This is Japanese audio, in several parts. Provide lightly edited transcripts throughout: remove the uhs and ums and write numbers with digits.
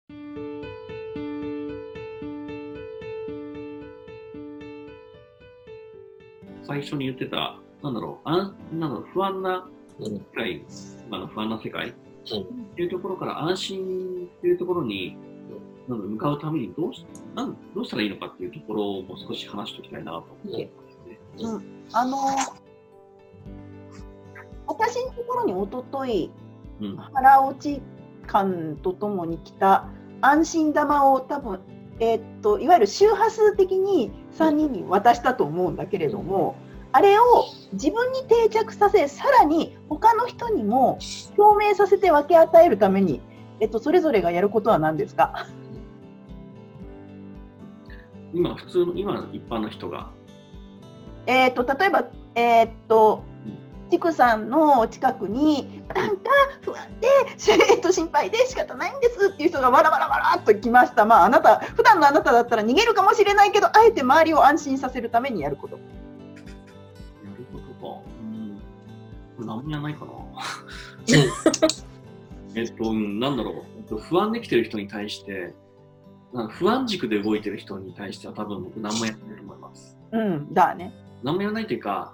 最初に言ってた、不安な世界、不安な世界っていうところから安心っていうところに向かうためにどうしたらいいのかっていうところをもう少し話しておきたいなと思ってますね。 私のところに一昨日、腹落ち感とともに来た安心玉を多分、いわゆる周波数的に3人に渡したと思うんだけれども、あれを自分に定着させ、さらに他の人にも表明させて分け与えるために、それぞれがやることは何ですか？ 今一般の人が、 例えばちくさんの近くになんか不安で、心配で仕方ないんですっていう人がわらわらわらっと来ました。あなた普段のあなただったら逃げるかもしれないけど、あえて周りを安心させるためにやること。 何もやらないかな。なんだろう、不安できてる人に対して、不安軸で動いてる人に対しては多分僕何もやらないと思います。 だね。 何もやらないというか、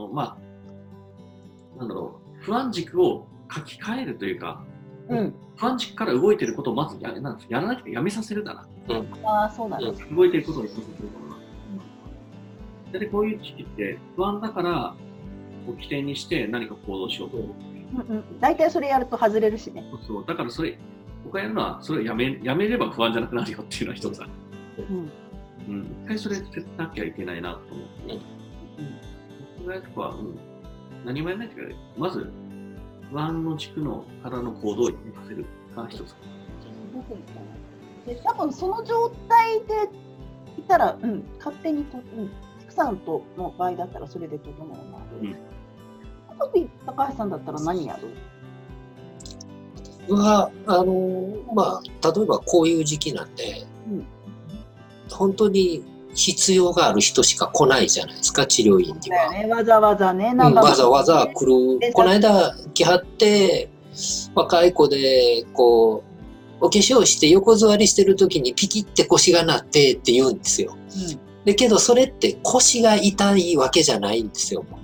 不安軸を書き換えるというか、不安軸から動いてることをまずやらなくてやめさせるだな。 そうなんです。 動いてることをやめさせるだな。でこういう時期って不安だから起点にして何か行動しようと思う。 大体それやると外れるしね。 そうだから僕がやるのはそれをやめれば不安じゃなくなるよっていうのは一つだ。一回それ捨てなきゃいけないなと思って。僕がやるとは、何もやらないというか、まず不安の軸からの行動をやめさせるが一つ。 で多分その状態でいたら、勝手にちくさんとの場合だったらそれで整うな。高橋さんだったら何やる？ 例えばこういう時期なんで、本当に必要がある人しか来ないじゃないですか、治療院には。 わざわざね、 わざわざ来る。この間来はって、若い子で、お化粧して横座りしてる時にピキって腰が鳴ってって言うんですよ。だけどそれって腰が痛いわけじゃないんですよ。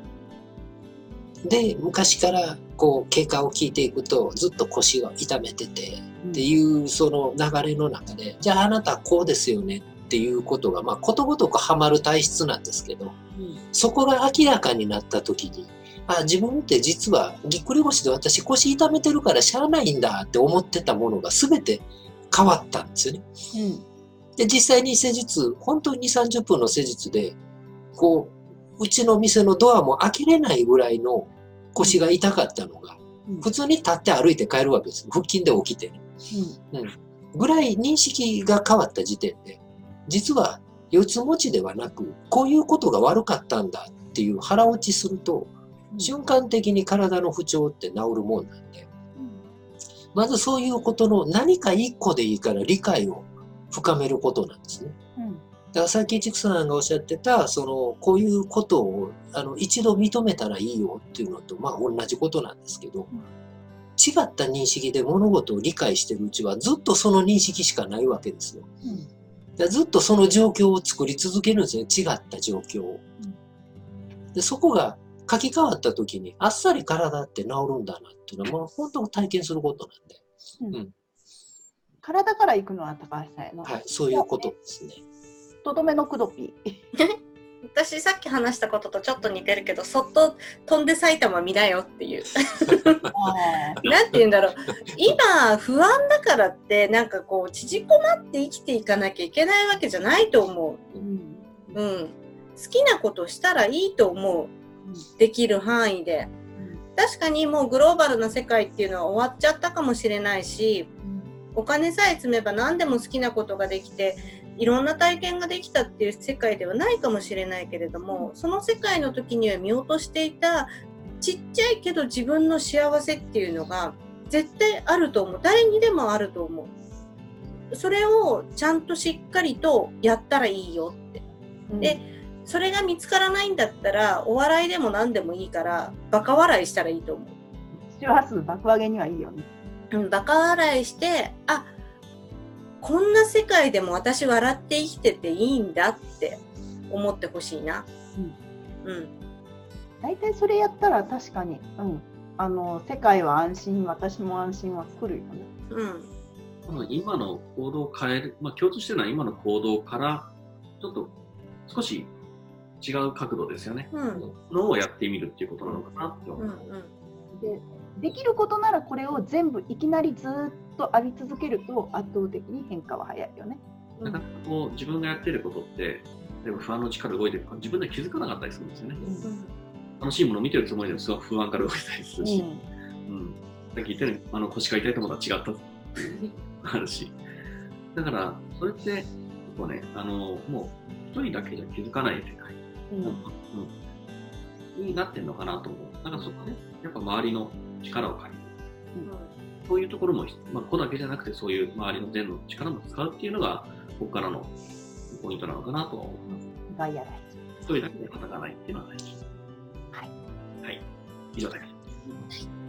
で、昔から経過を聞いていくとずっと腰を痛めててっていうその流れの中で、じゃああなたこうですよねっていうことがことごとくはまる体質なんですけど、そこが明らかになった時に、自分って実はぎっくり腰で私腰痛めてるからしゃあないんだって思ってたものが全て変わったんですよね。で、実際に施術、本当に2、30分の施術でうちの店のドアも開けれないぐらいの腰が痛かったのが、普通に立って歩いて帰るわけです。腹筋で起きてね。ぐらい認識が変わった時点で、実は四つ持ちではなく、こういうことが悪かったんだっていう腹落ちすると、瞬間的に体の不調って治るもんなんで、まずそういうことの何か一個でいいから理解を深めることなんですね。だからさっきちくさんがおっしゃってた、こういうことを一度認めたらいいよっていうのと同じことなんですけど、違った認識で物事を理解してるうちはずっとその認識しかないわけですよ。だからずっとその状況を作り続けるんですね、違った状況を。でそこが書き換わった時にあっさり体って治るんだなっていうのは本当体験することなんで。 体から行くのは高橋さんへの。 はい、そういうことですね。 とどめのくどぴ私さっき話したこととちょっと似てるけど、そっと飛んで埼玉見なよっていうなんて言うんだろう、今不安だからって縮こまって生きていかなきゃいけないわけじゃないと思う。好きなことしたらいいと思う。できる範囲で。確かにもうグローバルな世界っていうのは終わっちゃったかもしれないし、お金さえ積めば何でも好きなことができていろんな体験ができたっていう世界ではないかもしれないけれども、その世界の時には見落としていたちっちゃいけど自分の幸せっていうのが絶対あると思う。誰にでもあると思う。それをちゃんとしっかりとやったらいいよって。で、それが見つからないんだったらお笑いでも何でもいいからバカ笑いしたらいいと思う。 周波数爆上げにはいいよね。 バカ笑いして、 な世界でも私笑って生きてていいんだって思ってほしいな。 大体それやったら確かに、世界は安心、私も安心は来るよね。 今の行動を変える、共通してるのは今の行動からちょっと少し違う角度ですよね。のをやってみるっていうことなのかなって思う。 できることならこれを全部いきなりずっと浴び続けると圧倒的に変化は早いよね。 なかなかこう自分がやってることって例えば不安の力動いてるか自分で気づかなかったりするんですよね。楽しいものを見てるつもりでもすごく不安から動いたりするし、さっき言ったように腰が痛いと思ったら違ったっていうあるし、だからそれってこうねもう一人だけじゃ気づかない世界、になってんのかなと思う。だからそこねやっぱ周りの力を借りる、そういうところも、個だけじゃなくてそういう周りの善の力も使うっていうのがここからのポイントなのかなとは思います。 外野大一人だけで戦わないっていうのは大事。はい。以上です。